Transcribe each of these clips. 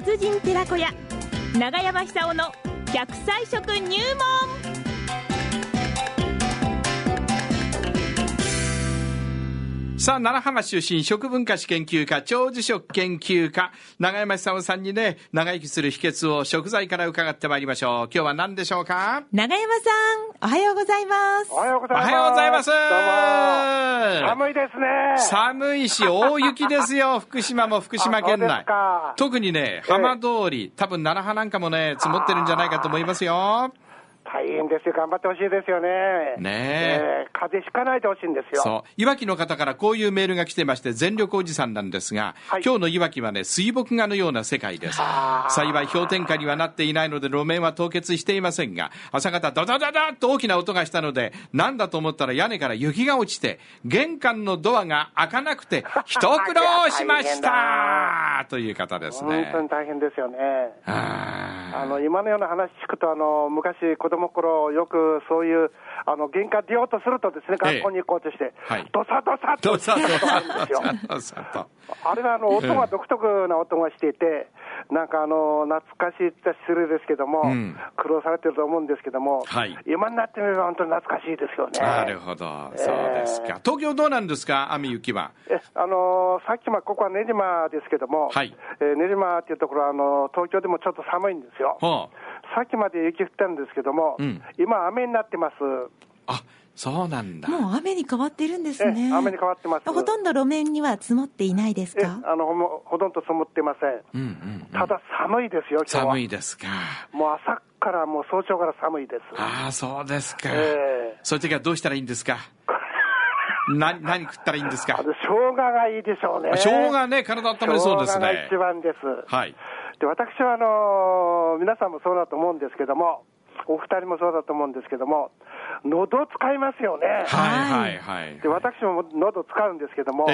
達人寺子屋長山久夫の100歳食入門。 さあ、奈良浜出身食文化史研究家長寿食研究家長山久夫さんにね、長生きする秘訣を食材から伺ってまいりましょう。今日は何でしょうか？ 長山さん、おはようございます。 おはようございます。 おはようございます。 どうも。寒いですね。 寒いし大雪ですよ。福島も福島県内。特にね、浜通り、多分奈良派なんかもね、積もってるんじゃないかと思いますよ。 大変ですよ。頑張ってほしいですよね。 ねえ、 風邪ひかないでほしいんですよ。 そう。いわきの方からこういうメールが来てまして、全力おじさんなんですが、はい、今日のいわきはね、水墨画のような世界です。幸い氷点下にはなっていないので路面は凍結していませんが、朝方ドドドドッと大きな音がしたので、なんだと思ったら屋根から雪が落ちて玄関のドアが開かなくて一苦労しましたという方ですね。 本当に大変ですよね。今のような話聞くと、昔子供頃よくそういう玄関出ようとするとですね、学校に行こうとして、ドサドサとしたことがあるんですよ。あれは音が独特な音がしていて、なんか懐かしいって失礼ですけども、苦労されてると思うんですけども、今になってみれば本当に懐かしいですよね。 なるほど、そうですか。東京どうなんですか、雨雪は？ さっきここは練馬ですけども、練馬っていうところは東京でもちょっと寒いんですよ。さっきまで雪降ったんですけども、今雨になってます。 あ、そうなんだ。 もう雨に変わってるんですね。 雨に変わってます。 ほとんど路面には積もっていないですか？ ほとんど積もってません。ただ寒いですよ、今日は。 寒いですか。 もう朝からもう早朝から寒いです。 ああ、そうですか。そういう時はどうしたらいいんですか？何食ったらいいんですか？ 生姜がいいでしょうね。 生姜ね、体温まりそうですね。 生姜が一番です。で、私は皆さんもそうだと思うんですけども、お二人もそうだと思うんですけども、喉を使いますよね。で、私も喉使うんですけども、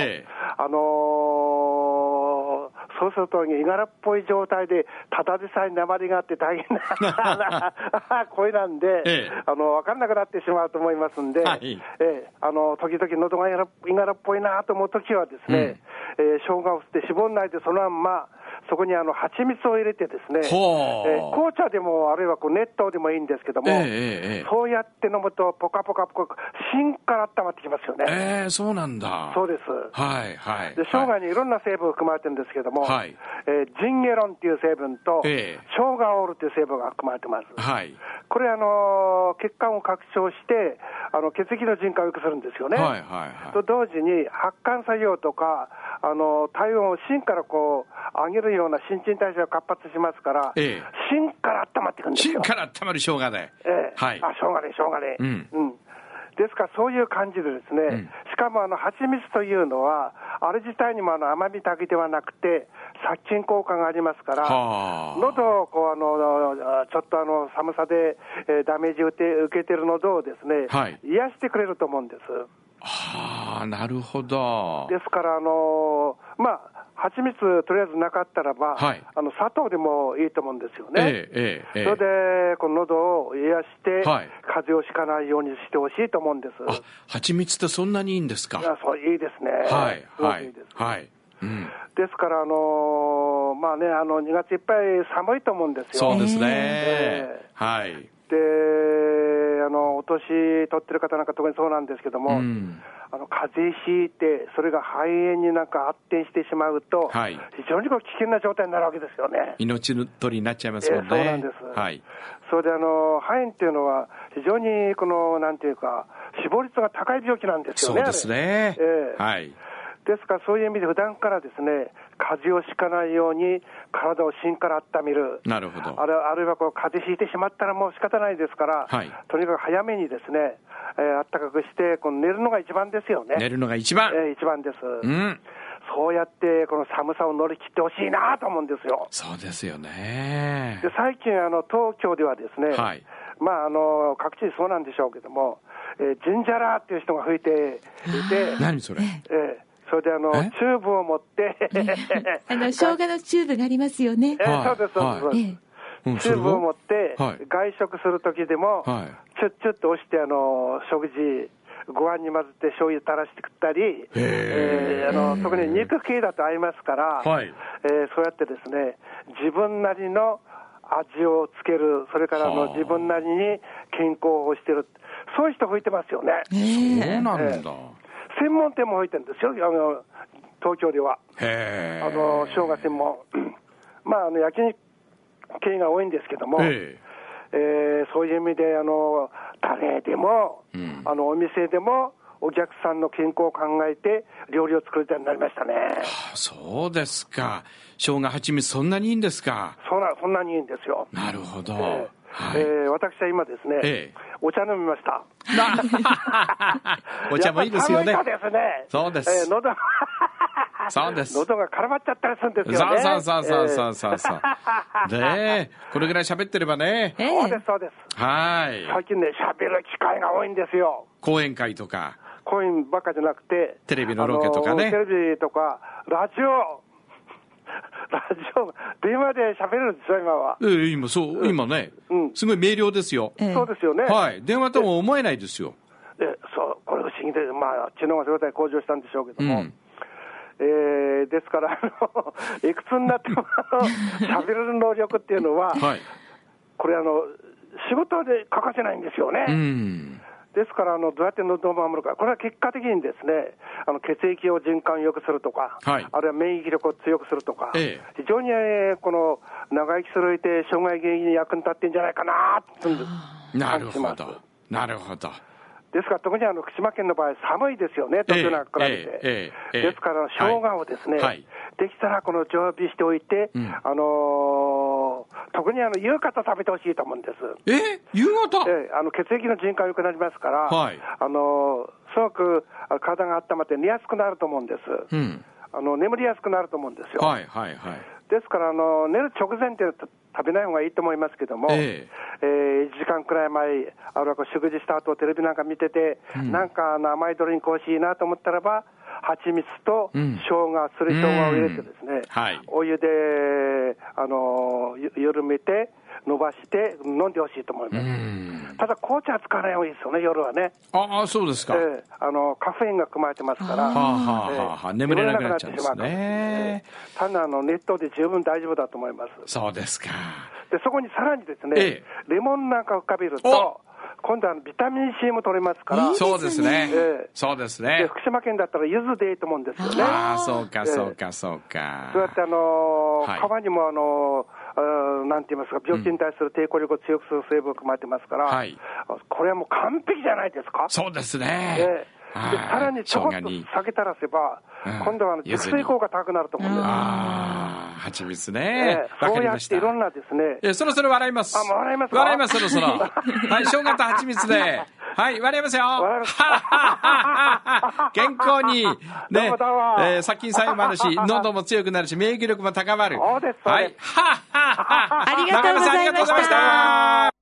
そうするといがらっぽい状態でただでさえ鉛があって大変な声なんで、分かんなくなってしまうと思いますんで、時々喉がいがらっぽいなと思うときはですね、生姜を振って絞んないでそのまんまそこに蜂蜜を入れてですね、紅茶でもあるいは熱湯でもいいんですけども、そうやって飲むとポカポカポカ芯から温まってきますよね。 そうなんだ。 そうです。で、生姜にいろんな成分が含まれてるんですけども、ジンゲロンっていう成分と、生姜オールっていう成分が含まれてます。これ血管を拡張して血液の循環を良くするんですよね。と同時に発汗作用とか体温を芯から上げるような新陳代謝が活発しますから、芯から温まっていくんですよ。 芯から温まる生姜で。 生姜で。ですからそういう感じでですね、しかも蜂蜜というのはあれ自体にも甘みだけではなくて殺菌効果がありますから、喉をちょっと寒さでダメージを受けてる喉をですね、癒してくれると思うんです。 なるほど。 ですから蜂蜜とりあえずなかったらば、砂糖でもいいと思うんですよね。それでこの喉を癒して、風邪をひかないようにしてほしいと思うんです。 蜂蜜ってそんなにいいんですか？ そう、いいですね。すごくいいです。ですから2月いっぱい寒いと思うんですよ。 そうですね。 でお年取ってる方なんか特にそうなんですけども、風邪ひいてそれが肺炎に発展してしまうと、非常に危険な状態になるわけですよね。 命取りになっちゃいますもんね。 そうなんです。それで肺炎っていうのは非常になんていうか死亡率が高い病気なんですよね。 そうですね。 ですからそういう意味で普段からですね、風邪をひかないように体を芯から温める。 なるほど。 あるいは風邪ひいてしまったらもう仕方ないですから、とにかく早めにですね、暖かくして寝るのが一番ですよね。 寝るのが一番。 一番です。そうやってこの寒さを乗り切ってほしいなと思うんですよ。 そうですよね。 で、最近東京ではですね、各地そうなんでしょうけども、ジンジャラーっていう人が吹いていて、 何それ？ それでチューブを持って生姜のチューブがありますよね。 そうですそうです。チューブを持って外食する時でもチュッチュッと押して食事ご飯に混ぜて醤油垂らして食ったり、特に肉系だと合いますから、そうやってですね、自分なりの味をつける、それから自分なりに健康をしてる、そういう人吹いてますよね。 そうなんだ。 専門店も吹いてるんですよ、東京では。生姜専門焼肉系が多いんですけども、そういう意味で誰でも、お店でもお客さんの健康を考えて料理を作るようになりましたね。 そうですか。生姜蜂蜜そんなにいいんですか。 そんなにいいんですよ。 なるほど。 私は今ですね、お茶飲みました。 お茶もいいですよね。 寒いとですね、 そうです。そうです。 喉が絡まっちゃったりするんですよね。 そう。ねえ、これぐらい喋ってればね。 そうです。最近ね、喋る機会が多いんですよ。 講演会とか。 講演ばっかじゃなくて、 テレビのロケとかね。 テレビとか、ラジオ、電話で喋るんですよ、今は。 今ね、すごい明瞭ですよ。 そうですよね。 電話とも思えないですよ。 これ不思議で、知能がそれだけ向上したんでしょうけども。ですからいくつになっても喋れる能力っていうのは、これ仕事で欠かせないんですよね。ですからどうやって喉を守るか、これは結果的にですね、血液を循環良くするとか、あるいは免疫力を強くするとか、非常にこの長生きする上で障害原因に役に立ってるんじゃないかなと感じます。 なるほど。 ですから特に福島県の場合寒いですよね、東京なんか比べて。ですから生姜をですね、できたらこの常備しておいて、特に夕方食べてほしいと思うんです。 夕方？ 血液の循環良くなりますから、すごく体が温まって寝やすくなると思うんです。眠りやすくなると思うんですよ。ですから寝る直前って食べない方がいいと思いますけども、1時間くらい前、食事した後テレビなんか見てて、なんか甘いドリンク欲しいなと思ったらば、蜂蜜と生姜、すり生姜を入れてですね、お湯で緩めて伸ばして飲んでほしいと思います。ただ紅茶は使わない方がいいですよね、夜はね。 そうですか。 カフェインが含まれてますから、 眠れなくなっちゃうんですね。 ただ熱湯で十分大丈夫だと思います。 そうですか。 でそこにさらにですね、レモンなんかを浮かべると今度はビタミン C も取れますから。 そうですね。そうですね。 福島県だったら柚子でいいと思うんですよね。 そうか。そうやって川にもなんて言いますか、病気に対する抵抗力を強くする成分が含まれてますから、これはもう完璧じゃないですか。 そうですね。 さらにちょこっと酒垂らせば、今度は熟睡効果高くなると思うんです。 蜂蜜ね。 そうやっていろんなですね。 そろそろ笑います。 笑います。 笑います、そろそろ。生姜と蜂蜜で。笑いますよ。健康に、殺菌作用もあるし、喉も強くなるし、免疫力も高まる。 そうです。 ありがとうございました。